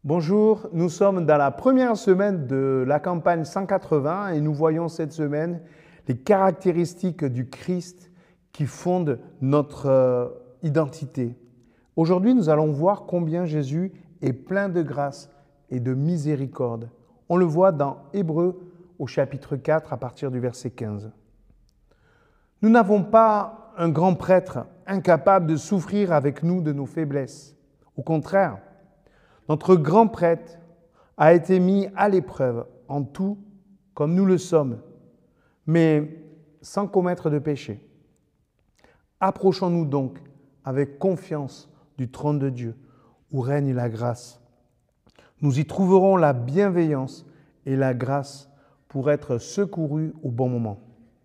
Bonjour, nous sommes dans la première semaine de la campagne 180 et nous voyons cette semaine les caractéristiques du Christ qui fondent notre identité. Aujourd'hui, nous allons voir combien Jésus est plein de grâce et de miséricorde. On le voit dans Hébreux au chapitre 4 à partir du verset 15. Nous n'avons pas un grand prêtre incapable de souffrir avec nous de nos faiblesses. Au contraire, notre grand prêtre a été mis à l'épreuve en tout comme nous le sommes, mais sans commettre de péché. Approchons-nous donc avec confiance du trône de Dieu où règne la grâce. Nous y trouverons la bienveillance et la grâce pour être secourus au bon moment.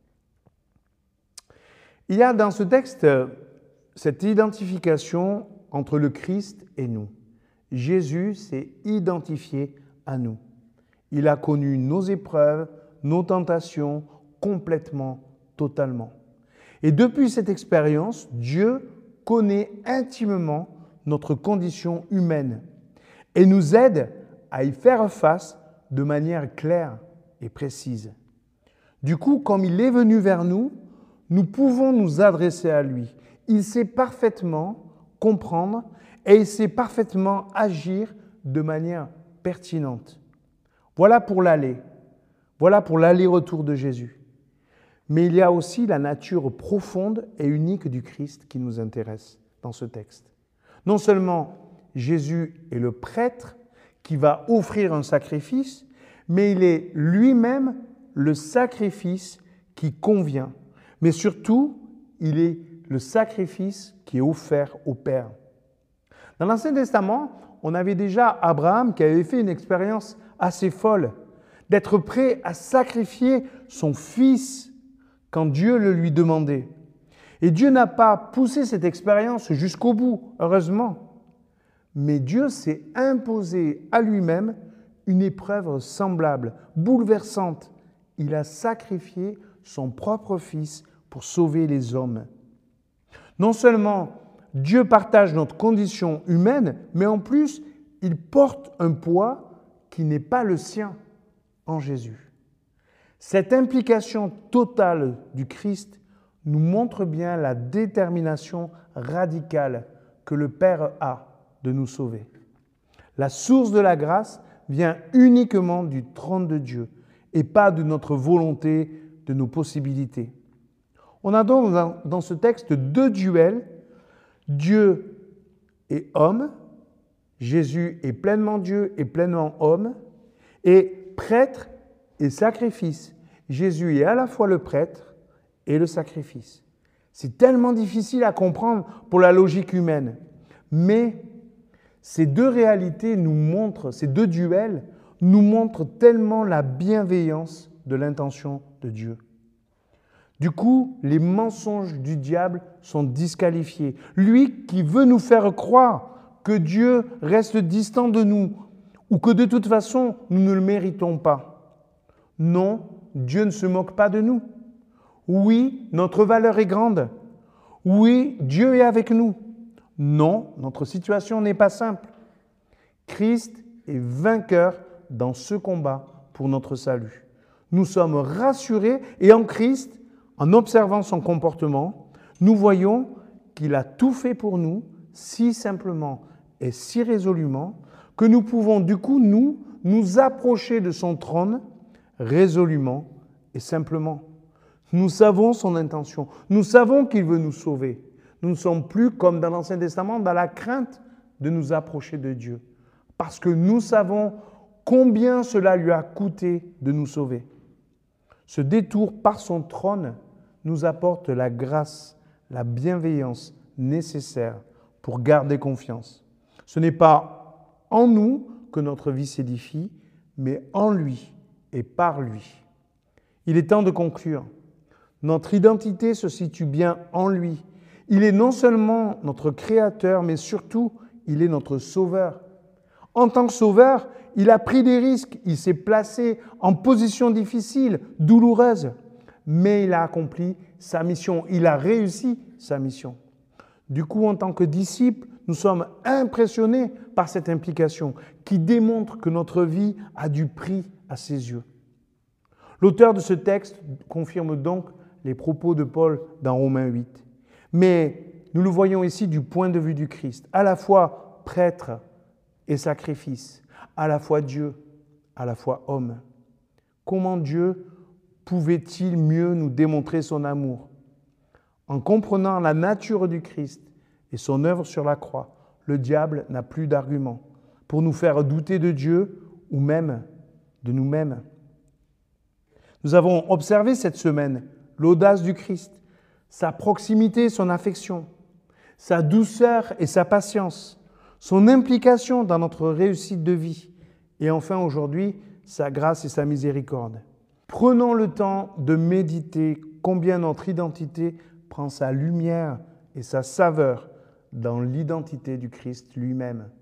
Il y a dans ce texte cette identification entre le Christ et nous. Jésus s'est identifié à nous. Il a connu nos épreuves, nos tentations complètement, totalement. Et depuis cette expérience, Dieu connaît intimement notre condition humaine et nous aide à y faire face de manière claire et précise. Du coup, comme il est venu vers nous, nous pouvons nous adresser à lui. Il sait parfaitement comprendre et il sait parfaitement agir de manière pertinente. Voilà pour l'aller. Voilà pour l'aller-retour de Jésus. Mais il y a aussi la nature profonde et unique du Christ qui nous intéresse dans ce texte. Non seulement Jésus est le prêtre qui va offrir un sacrifice, mais il est lui-même le sacrifice qui convient. Mais surtout, il est le sacrifice qui est offert au Père. Dans l'Ancien Testament, on avait déjà Abraham qui avait fait une expérience assez folle, d'être prêt à sacrifier son fils quand Dieu le lui demandait. Et Dieu n'a pas poussé cette expérience jusqu'au bout, heureusement. Mais Dieu s'est imposé à lui-même une épreuve semblable, bouleversante. Il a sacrifié son propre fils pour sauver les hommes. Non seulement Dieu partage notre condition humaine, mais en plus, il porte un poids qui n'est pas le sien en Jésus. Cette implication totale du Christ nous montre bien la détermination radicale que le Père a de nous sauver. La source de la grâce vient uniquement du trône de Dieu et pas de notre volonté, de nos possibilités. On a donc dans ce texte deux duels, Dieu et homme, Jésus est pleinement Dieu et pleinement homme, et prêtre et sacrifice. Jésus est à la fois le prêtre et le sacrifice. C'est tellement difficile à comprendre pour la logique humaine, mais ces deux réalités nous montrent, ces deux duels nous montrent tellement la bienveillance de l'intention de Dieu. Du coup, les mensonges du diable sont disqualifiés. Lui qui veut nous faire croire que Dieu reste distant de nous ou que de toute façon, nous ne le méritons pas. Non, Dieu ne se moque pas de nous. Oui, notre valeur est grande. Oui, Dieu est avec nous. Non, notre situation n'est pas simple. Christ est vainqueur dans ce combat pour notre salut. Nous sommes rassurés et en Christ, en observant son comportement, nous voyons qu'il a tout fait pour nous si simplement et si résolument que nous pouvons du coup nous approcher de son trône résolument et simplement. Nous savons son intention, nous savons qu'il veut nous sauver. Nous ne sommes plus comme dans l'Ancien Testament dans la crainte de nous approcher de Dieu parce que nous savons combien cela lui a coûté de nous sauver. Ce détour par son trône nous apporte la grâce, la bienveillance nécessaire pour garder confiance. Ce n'est pas en nous que notre vie s'édifie, mais en lui et par lui. Il est temps de conclure. Notre identité se situe bien en lui. Il est non seulement notre Créateur, mais surtout, il est notre Sauveur. En tant que Sauveur, il a pris des risques, il s'est placé en position difficile, douloureuse, mais il a accompli sa mission, il a réussi sa mission. Du coup, en tant que disciple, nous sommes impressionnés par cette implication qui démontre que notre vie a du prix à ses yeux. L'auteur de ce texte confirme donc les propos de Paul dans Romains 8. Mais nous le voyons ici du point de vue du Christ, à la fois prêtre et sacrifice, à la fois Dieu, à la fois homme. Comment Dieu pouvait-il mieux nous démontrer son amour? En comprenant la nature du Christ et son œuvre sur la croix, le diable n'a plus d'arguments pour nous faire douter de Dieu ou même de nous-mêmes. Nous avons observé cette semaine l'audace du Christ, sa proximité et son affection, sa douceur et sa patience, son implication dans notre réussite de vie et enfin aujourd'hui, sa grâce et sa miséricorde. Prenons le temps de méditer combien notre identité prend sa lumière et sa saveur dans l'identité du Christ lui-même.